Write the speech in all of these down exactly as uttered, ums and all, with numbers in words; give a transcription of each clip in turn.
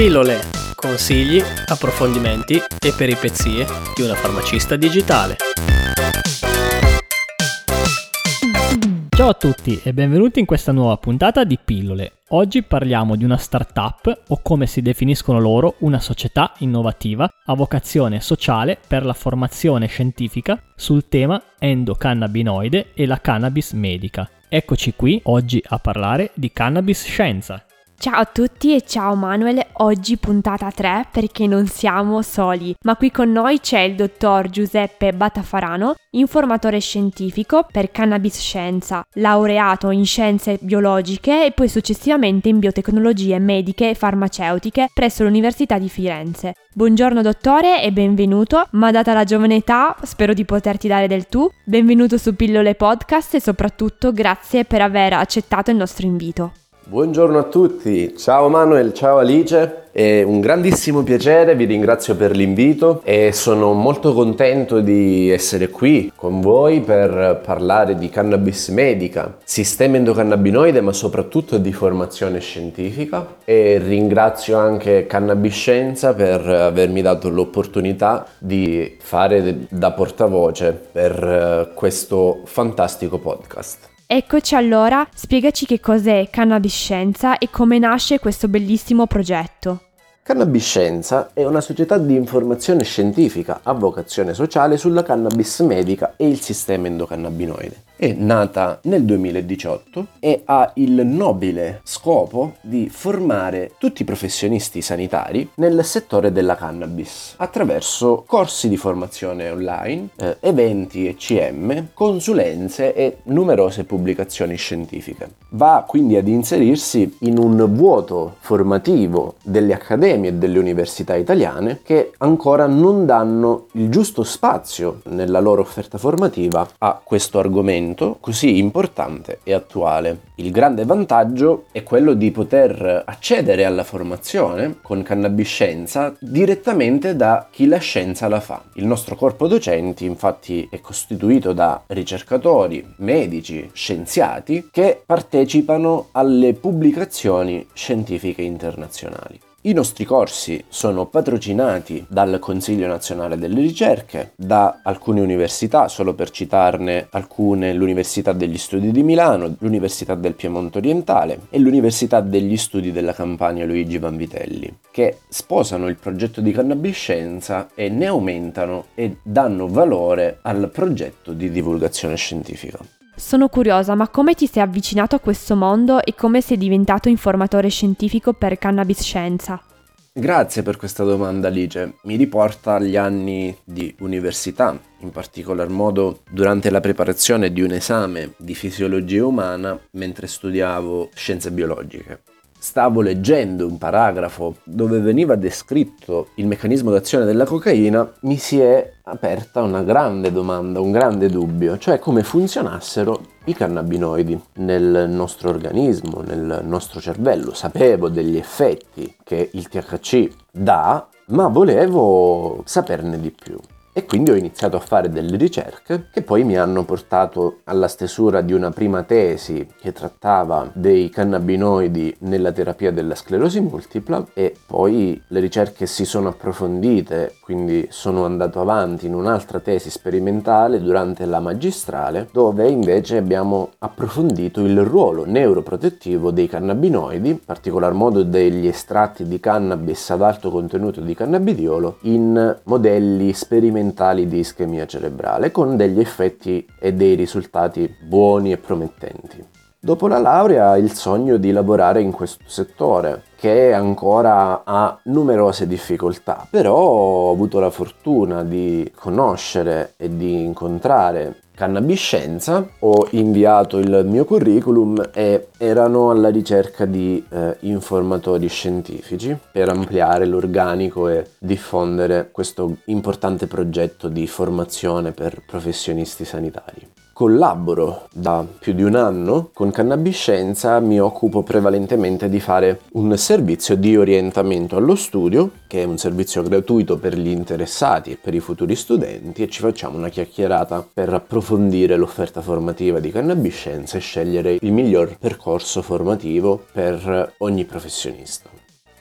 Pillole, consigli, approfondimenti e peripezie di una farmacista digitale. Ciao a tutti e benvenuti in questa nuova puntata di Pillole. Oggi parliamo di una startup, o come si definiscono loro, una società innovativa a vocazione sociale per la formazione scientifica sul tema endocannabinoide e la cannabis medica. Eccoci qui oggi a parlare di cannabis scienza. Ciao a tutti e ciao Manuel, oggi puntata tre perché non siamo soli, ma qui con noi c'è il dottor Giuseppe Battafarano, informatore scientifico per cannabis scienza, laureato in scienze biologiche e poi successivamente in biotecnologie mediche e farmaceutiche presso l'Università di Firenze. Buongiorno dottore e benvenuto, ma data la giovane età spero di poterti dare del tu. Benvenuto su Pillole Podcast e soprattutto grazie per aver accettato il nostro invito. Buongiorno a tutti, ciao Manuel, ciao Alice, è un grandissimo piacere, vi ringrazio per l'invito e sono molto contento di essere qui con voi per parlare di cannabis medica, sistema endocannabinoide ma soprattutto di formazione scientifica, e ringrazio anche Cannabis Scienza per avermi dato l'opportunità di fare da portavoce per questo fantastico podcast. Eccoci allora, spiegaci che cos'è Cannabis Scienza e come nasce questo bellissimo progetto. Cannabis Scienza è una società di informazione scientifica a vocazione sociale sulla cannabis medica e il sistema endocannabinoide. È nata nel duemiladiciotto e ha il nobile scopo di formare tutti i professionisti sanitari nel settore della cannabis attraverso corsi di formazione online, eh, eventi E C M, consulenze e numerose pubblicazioni scientifiche. Va quindi ad inserirsi in un vuoto formativo delle accademie e delle università italiane che ancora non danno il giusto spazio nella loro offerta formativa a questo argomento così importante e attuale. Il grande vantaggio è quello di poter accedere alla formazione con Cannabis Scienza direttamente da chi la scienza la fa. Il nostro corpo docenti infatti è costituito da ricercatori, medici, scienziati che partecipano alle pubblicazioni scientifiche internazionali. I nostri corsi sono patrocinati dal Consiglio Nazionale delle Ricerche, da alcune università, solo per citarne alcune, l'Università degli Studi di Milano, l'Università del Piemonte Orientale e l'Università degli Studi della Campania Luigi Vanvitelli, che sposano il progetto di Cannabis Scienza e ne aumentano e danno valore al progetto di divulgazione scientifica. Sono curiosa, ma come ti sei avvicinato a questo mondo e come sei diventato informatore scientifico per Cannabis Scienza? Grazie per questa domanda, Alice. Mi riporta agli anni di università, in particolar modo durante la preparazione di un esame di fisiologia umana mentre studiavo scienze biologiche. Stavo leggendo un paragrafo dove veniva descritto il meccanismo d'azione della cocaina, mi si è aperta una grande domanda, un grande dubbio, cioè come funzionassero i cannabinoidi nel nostro organismo, nel nostro cervello. Sapevo degli effetti che il T H C dà, ma volevo saperne di più. E quindi ho iniziato a fare delle ricerche che poi mi hanno portato alla stesura di una prima tesi che trattava dei cannabinoidi nella terapia della sclerosi multipla, e poi le ricerche si sono approfondite, quindi sono andato avanti in un'altra tesi sperimentale durante la magistrale, dove invece abbiamo approfondito il ruolo neuroprotettivo dei cannabinoidi, in particolar modo degli estratti di cannabis ad alto contenuto di cannabidiolo, in modelli sperimentali di ischemia cerebrale, con degli effetti e dei risultati buoni e promettenti. Dopo la laurea il sogno di lavorare in questo settore, che ancora ha numerose difficoltà, però ho avuto la fortuna di conoscere e di incontrare Cannabis Scienza, ho inviato il mio curriculum e erano alla ricerca di eh, informatori scientifici per ampliare l'organico e diffondere questo importante progetto di formazione per professionisti sanitari. Collaboro da più di un anno con Cannabis Scienza, mi occupo prevalentemente di fare un servizio di orientamento allo studio, che è un servizio gratuito per gli interessati e per i futuri studenti, e ci facciamo una chiacchierata per approfondire l'offerta formativa di Cannabis Scienza e scegliere il miglior percorso formativo per ogni professionista.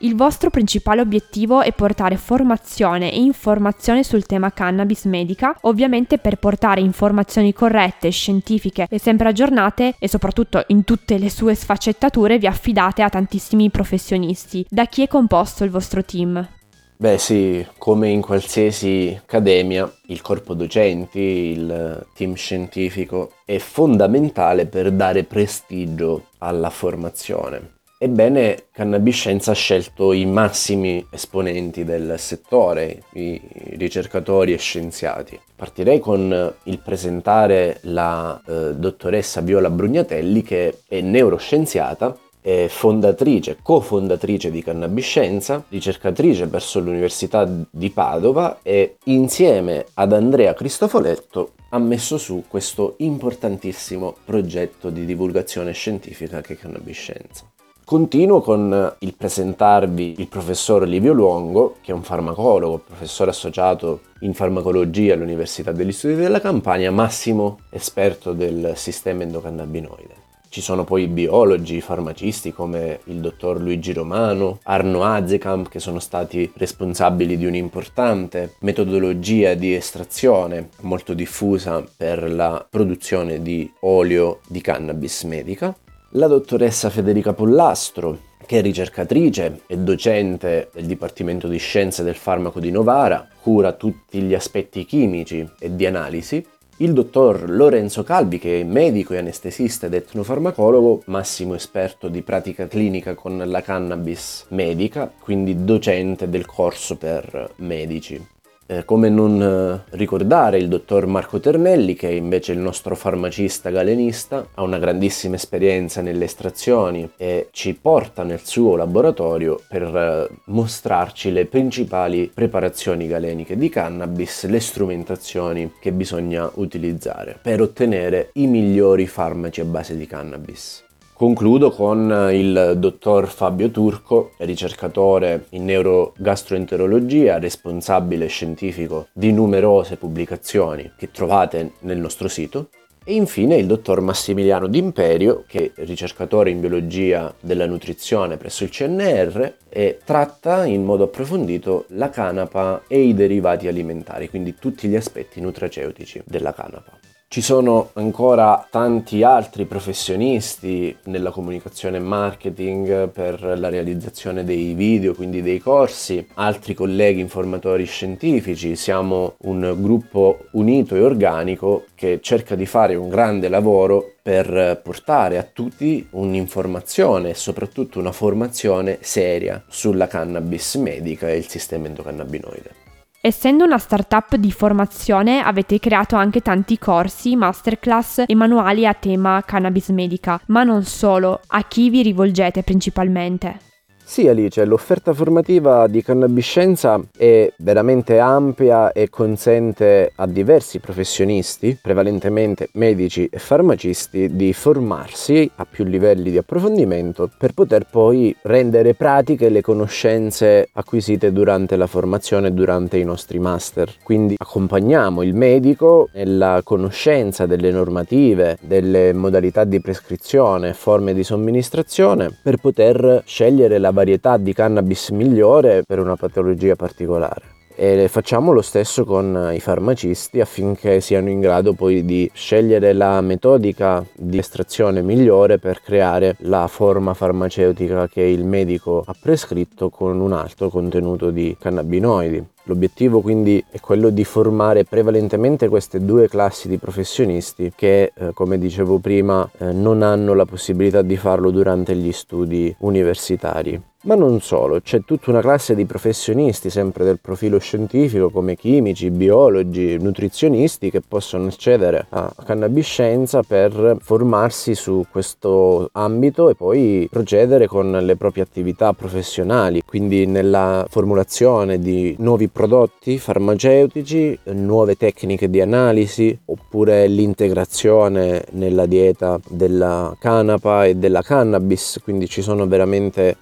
Il vostro principale obiettivo è portare formazione e informazione sul tema cannabis medica, ovviamente per portare informazioni corrette, scientifiche e sempre aggiornate, e soprattutto in tutte le sue sfaccettature vi affidate a tantissimi professionisti. Da chi è composto il vostro team? Beh sì, come in qualsiasi accademia, il corpo docenti, il team scientifico è fondamentale per dare prestigio alla formazione. Ebbene, Cannabiscienza ha scelto i massimi esponenti del settore, i ricercatori e scienziati. Partirei con il presentare la eh, dottoressa Viola Brugnatelli, che è neuroscienziata, è fondatrice, cofondatrice di Cannabiscienza, ricercatrice presso l'Università di Padova e insieme ad Andrea Cristofoletto ha messo su questo importantissimo progetto di divulgazione scientifica che è Cannabiscienza. Continuo con il presentarvi il professor Livio Luongo, che è un farmacologo, professore associato in farmacologia all'Università degli Studi della Campania, massimo esperto del sistema endocannabinoide. Ci sono poi biologi, farmacisti come il dottor Luigi Romano, Arno Azekamp, che sono stati responsabili di un'importante metodologia di estrazione molto diffusa per la produzione di olio di cannabis medica. La dottoressa Federica Pollastro, che è ricercatrice e docente del Dipartimento di Scienze del Farmaco di Novara, cura tutti gli aspetti chimici e di analisi. Il dottor Lorenzo Calvi, che è medico e anestesista ed etnofarmacologo, massimo esperto di pratica clinica con la cannabis medica, quindi docente del corso per medici. Eh, come non eh, ricordare il dottor Marco Ternelli, che è invece il nostro farmacista galenista, ha una grandissima esperienza nelle estrazioni e ci porta nel suo laboratorio per eh, mostrarci le principali preparazioni galeniche di cannabis, le strumentazioni che bisogna utilizzare per ottenere i migliori farmaci a base di cannabis. Concludo con il dottor Fabio Turco, ricercatore in neurogastroenterologia, responsabile scientifico di numerose pubblicazioni che trovate nel nostro sito. E infine il dottor Massimiliano D'Imperio, che è ricercatore in biologia della nutrizione presso il C N R e tratta in modo approfondito la canapa e i derivati alimentari, quindi tutti gli aspetti nutraceutici della canapa. Ci sono ancora tanti altri professionisti nella comunicazione e marketing per la realizzazione dei video, quindi dei corsi, altri colleghi informatori scientifici. Siamo un gruppo unito e organico che cerca di fare un grande lavoro per portare a tutti un'informazione e soprattutto una formazione seria sulla cannabis medica e il sistema endocannabinoide. Essendo una startup di formazione, avete creato anche tanti corsi, masterclass e manuali a tema cannabis medica, ma non solo. A chi vi rivolgete principalmente? Sì Alice, l'offerta formativa di Cannabiscienza è veramente ampia e consente a diversi professionisti, prevalentemente medici e farmacisti, di formarsi a più livelli di approfondimento per poter poi rendere pratiche le conoscenze acquisite durante la formazione e durante i nostri master. Quindi accompagniamo il medico nella conoscenza delle normative, delle modalità di prescrizione, forme di somministrazione per poter scegliere la varietà di cannabis migliore per una patologia particolare. E facciamo lo stesso con i farmacisti affinché siano in grado poi di scegliere la metodica di estrazione migliore per creare la forma farmaceutica che il medico ha prescritto con un alto contenuto di cannabinoidi. L'obiettivo quindi è quello di formare prevalentemente queste due classi di professionisti che, eh, come dicevo prima, eh, non hanno la possibilità di farlo durante gli studi universitari. Ma non solo, c'è tutta una classe di professionisti sempre del profilo scientifico come chimici, biologi, nutrizionisti che possono accedere a Cannabiscienza per formarsi su questo ambito e poi procedere con le proprie attività professionali, quindi nella formulazione di nuovi prodotti farmaceutici, nuove tecniche di analisi oppure l'integrazione nella dieta della canapa e della cannabis, quindi ci sono veramente tantissimi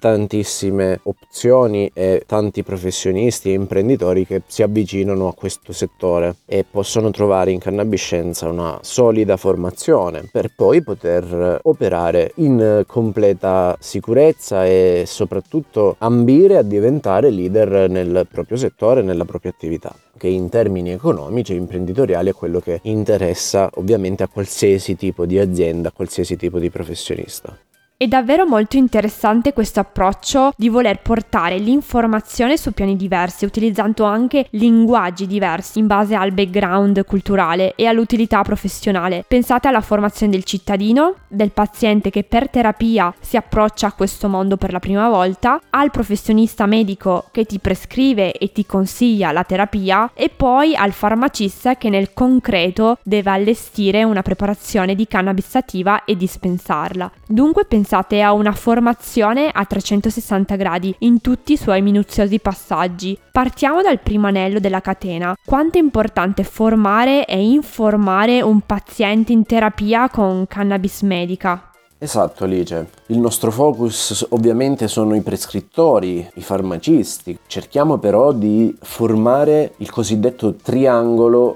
tantissime opzioni e tanti professionisti e imprenditori che si avvicinano a questo settore e possono trovare in cannabiscienza una solida formazione per poi poter operare in completa sicurezza e soprattutto ambire a diventare leader nel proprio settore, nella propria attività, che in termini economici e imprenditoriali è quello che interessa ovviamente a qualsiasi tipo di azienda, a qualsiasi tipo di professionista. È davvero molto interessante questo approccio di voler portare l'informazione su piani diversi, utilizzando anche linguaggi diversi in base al background culturale e all'utilità professionale. Pensate alla formazione del cittadino, del paziente che per terapia si approccia a questo mondo per la prima volta, al professionista medico che ti prescrive e ti consiglia la terapia e poi al farmacista che nel concreto deve allestire una preparazione di cannabis sativa e dispensarla. Dunque pensate Pensate a una formazione a trecentosessanta gradi in tutti i suoi minuziosi passaggi. Partiamo dal primo anello della catena. Quanto è importante formare e informare un paziente in terapia con cannabis medica? Esatto, Alice. Il nostro focus ovviamente sono i prescrittori, i farmacisti. Cerchiamo però di formare il cosiddetto triangolo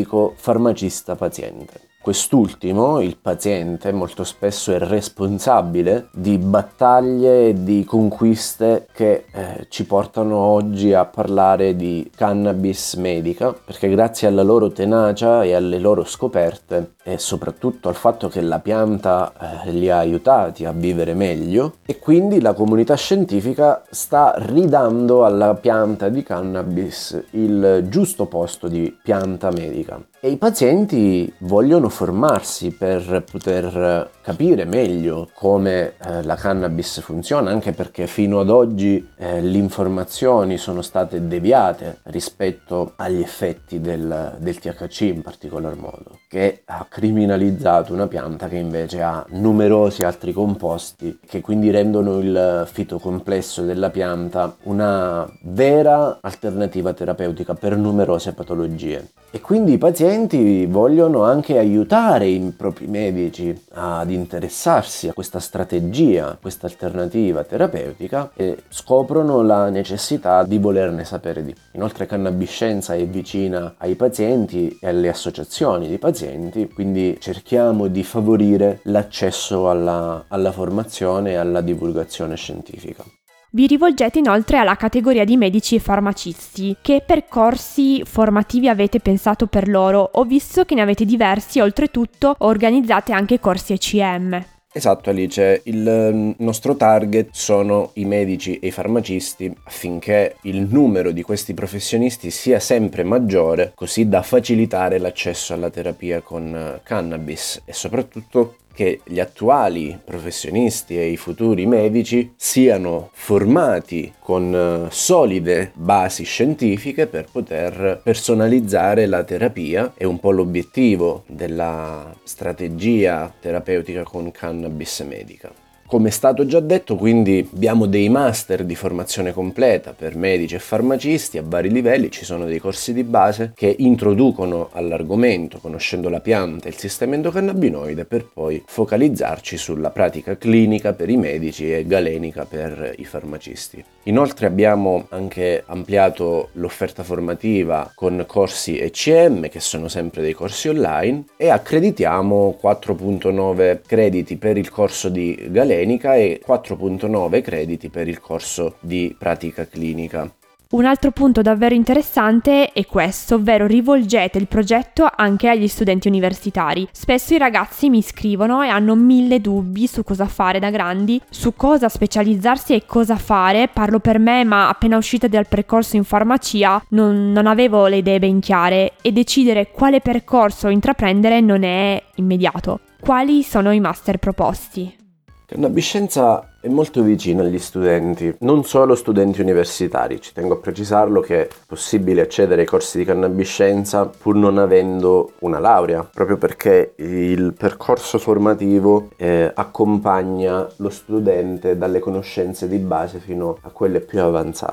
medico-farmacista-paziente. Quest'ultimo, il paziente, molto spesso è responsabile di battaglie e di conquiste che eh, ci portano oggi a parlare di cannabis medica, perché grazie alla loro tenacia e alle loro scoperte e soprattutto al fatto che la pianta eh, li ha aiutati a vivere meglio, e quindi la comunità scientifica sta ridando alla pianta di cannabis il giusto posto di pianta medica. E i pazienti vogliono formarsi per poter capire meglio come eh, la cannabis funziona, anche perché fino ad oggi eh, le informazioni sono state deviate rispetto agli effetti del, del T H C in particolar modo, che ha criminalizzato una pianta che invece ha numerosi altri composti che quindi rendono il fitocomplesso della pianta una vera alternativa terapeutica per numerose patologie. E quindi i pazienti vogliono anche aiutare i propri medici ad interessarsi a questa strategia, a questa alternativa terapeutica, e scoprono la necessità di volerne sapere di più. Inoltre Cannabiscienza è vicina ai pazienti e alle associazioni di pazienti, quindi cerchiamo di favorire l'accesso alla, alla formazione e alla divulgazione scientifica. Vi rivolgete inoltre alla categoria di medici e farmacisti. Che percorsi formativi avete pensato per loro? Ho visto che ne avete diversi, oltretutto organizzate anche corsi E C M. Esatto, Alice, il nostro target sono i medici e i farmacisti, affinché il numero di questi professionisti sia sempre maggiore, così da facilitare l'accesso alla terapia con cannabis e soprattutto che gli attuali professionisti e i futuri medici siano formati con solide basi scientifiche per poter personalizzare la terapia. È un po' l'obiettivo della strategia terapeutica con cannabis medica. Come è stato già detto, quindi abbiamo dei master di formazione completa per medici e farmacisti a vari livelli. Ci sono dei corsi di base che introducono all'argomento, conoscendo la pianta e il sistema endocannabinoide, per poi focalizzarci sulla pratica clinica per i medici e galenica per i farmacisti. Inoltre abbiamo anche ampliato l'offerta formativa con corsi E C M, che sono sempre dei corsi online, e accreditiamo quattro virgola nove crediti per il corso di galenica e quattro virgola nove crediti per il corso di pratica clinica. Un altro punto davvero interessante è questo, ovvero rivolgete il progetto anche agli studenti universitari. Spesso i ragazzi mi scrivono e hanno mille dubbi su cosa fare da grandi, su cosa specializzarsi e cosa fare. Parlo per me, ma appena uscita dal percorso in farmacia non, non avevo le idee ben chiare, e decidere quale percorso intraprendere non è immediato. Quali sono i master proposti? Cannabiscienza è molto vicina agli studenti, non solo studenti universitari. Ci tengo a precisarlo che è possibile accedere ai corsi di cannabiscienza pur non avendo una laurea, proprio perché il percorso formativo eh, accompagna lo studente dalle conoscenze di base fino a quelle più avanzate.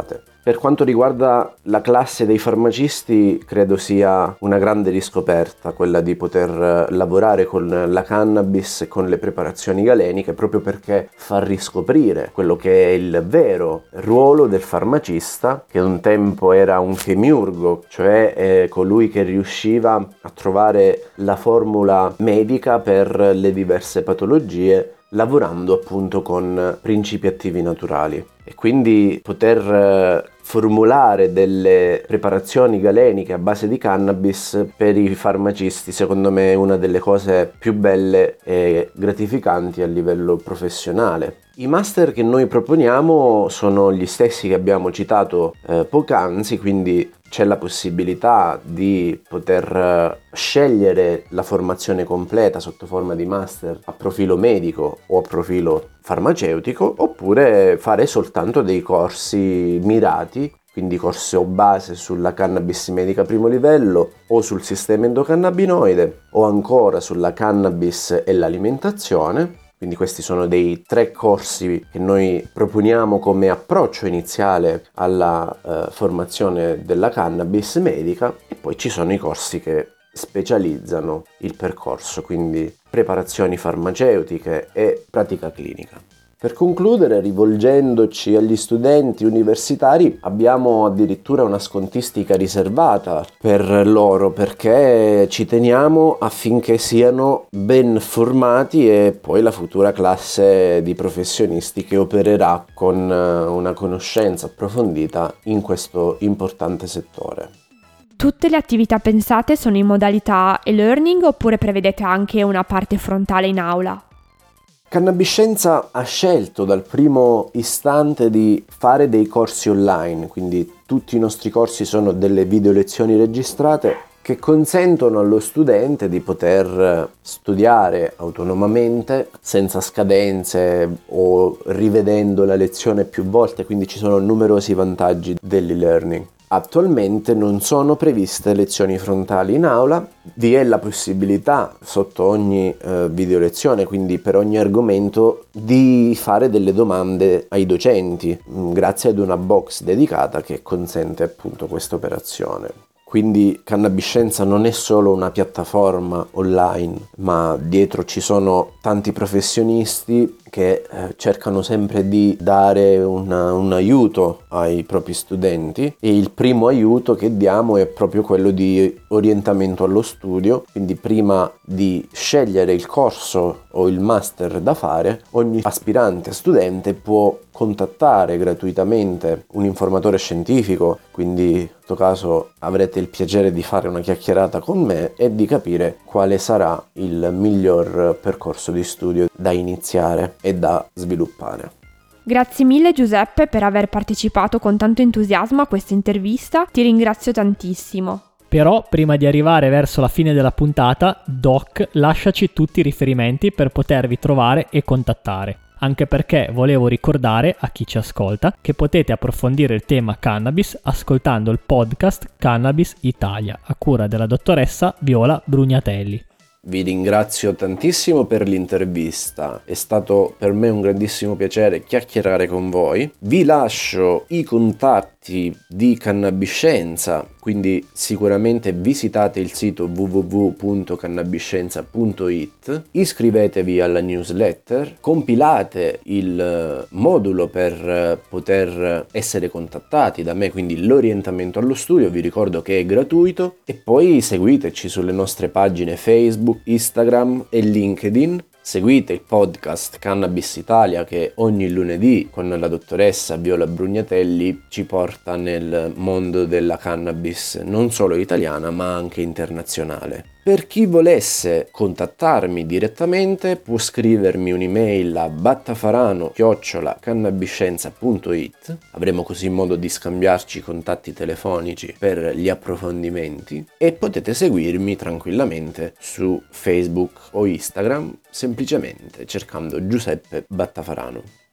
Per quanto riguarda la classe dei farmacisti, credo sia una grande riscoperta quella di poter lavorare con la cannabis e con le preparazioni galeniche, proprio perché fa riscoprire quello che è il vero ruolo del farmacista, che un tempo era un chemiurgo, cioè eh, colui che riusciva a trovare la formula medica per le diverse patologie, lavorando appunto con principi attivi naturali. E quindi poter formulare delle preparazioni galeniche a base di cannabis per i farmacisti, secondo me, è una delle cose più belle e gratificanti a livello professionale. I master che noi proponiamo sono gli stessi che abbiamo citato eh, poc'anzi, quindi c'è la possibilità di poter scegliere la formazione completa sotto forma di master a profilo medico o a profilo farmaceutico, oppure fare soltanto dei corsi mirati, quindi corso base sulla cannabis medica primo livello o sul sistema endocannabinoide o ancora sulla cannabis e l'alimentazione. Quindi questi sono dei tre corsi che noi proponiamo come approccio iniziale alla eh, formazione della cannabis medica, e poi ci sono i corsi che specializzano il percorso, quindi preparazioni farmaceutiche e pratica clinica. Per concludere, rivolgendoci agli studenti universitari, abbiamo addirittura una scontistica riservata per loro, perché ci teniamo affinché siano ben formati e poi la futura classe di professionisti che opererà con una conoscenza approfondita in questo importante settore. Tutte le attività pensate sono in modalità e-learning oppure prevedete anche una parte frontale in aula? Cannabiscienza ha scelto dal primo istante di fare dei corsi online, quindi tutti i nostri corsi sono delle video lezioni registrate che consentono allo studente di poter studiare autonomamente, senza scadenze o rivedendo la lezione più volte, quindi ci sono numerosi vantaggi dell'e-learning. Attualmente non sono previste lezioni frontali in aula, vi è la possibilità sotto ogni eh, video lezione, quindi per ogni argomento, di fare delle domande ai docenti, mh, grazie ad una box dedicata che consente appunto questa operazione. Quindi Cannabiscienza non è solo una piattaforma online, ma dietro ci sono tanti professionisti che eh, cercano sempre di dare una, un aiuto ai propri studenti, e il primo aiuto che diamo è proprio quello di orientamento allo studio. Quindi prima di scegliere il corso o il master da fare, ogni aspirante studente può contattare gratuitamente un informatore scientifico, quindi in questo caso avrete il piacere di fare una chiacchierata con me e di capire quale sarà il miglior percorso di studio da iniziare e da sviluppare. Grazie mille Giuseppe per aver partecipato con tanto entusiasmo a questa intervista, ti ringrazio tantissimo. Però prima di arrivare verso la fine della puntata, Doc, lasciaci tutti i riferimenti per potervi trovare e contattare. Anche perché volevo ricordare a chi ci ascolta che potete approfondire il tema cannabis ascoltando il podcast Cannabis Italia, a cura della dottoressa Viola Brugnatelli. Vi ringrazio tantissimo per l'intervista, è stato per me un grandissimo piacere chiacchierare con voi. Vi lascio i contatti di Cannabiscienza, quindi sicuramente visitate il sito w w w punto cannabiscienza punto i t, iscrivetevi alla newsletter, compilate il modulo per poter essere contattati da me, quindi l'orientamento allo studio, vi ricordo che è gratuito, e poi seguiteci sulle nostre pagine Facebook, Instagram e LinkedIn. Seguite il podcast Cannabis Italia che ogni lunedì con la dottoressa Viola Brugnatelli ci porta nel mondo della cannabis non solo italiana ma anche internazionale. Per chi volesse contattarmi direttamente può scrivermi un'email a battafarano chiocciola cannabiscienza punto i t. Avremo così modo di scambiarci contatti telefonici per gli approfondimenti, e potete seguirmi tranquillamente su Facebook o Instagram semplicemente cercando Giuseppe Battafarano.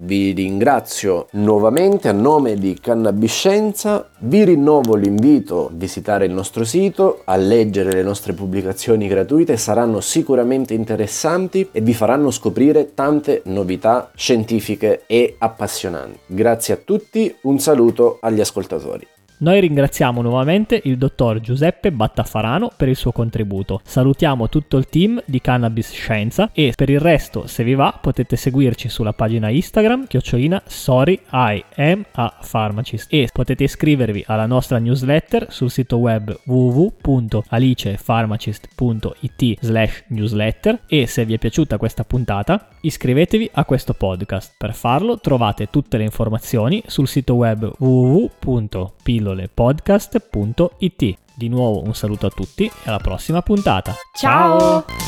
Vi ringrazio nuovamente a nome di Cannabiscienza, vi rinnovo l'invito a visitare il nostro sito, a leggere le nostre pubblicazioni gratuite, saranno sicuramente interessanti e vi faranno scoprire tante novità scientifiche e appassionanti. Grazie a tutti, un saluto agli ascoltatori. Noi ringraziamo nuovamente il dottor Giuseppe Battafarano per il suo contributo. Salutiamo tutto il team di Cannabis Scienza e per il resto, se vi va, potete seguirci sulla pagina Instagram chiocciolina sorry I am a pharmacist e potete iscrivervi alla nostra newsletter sul sito web w w w punto alicepharmacist punto i t slash newsletter e se vi è piaciuta questa puntata iscrivetevi a questo podcast. Per farlo trovate tutte le informazioni sul sito web w w w punto pillole podcast punto i t. Di nuovo un saluto a tutti e alla prossima puntata. Ciao!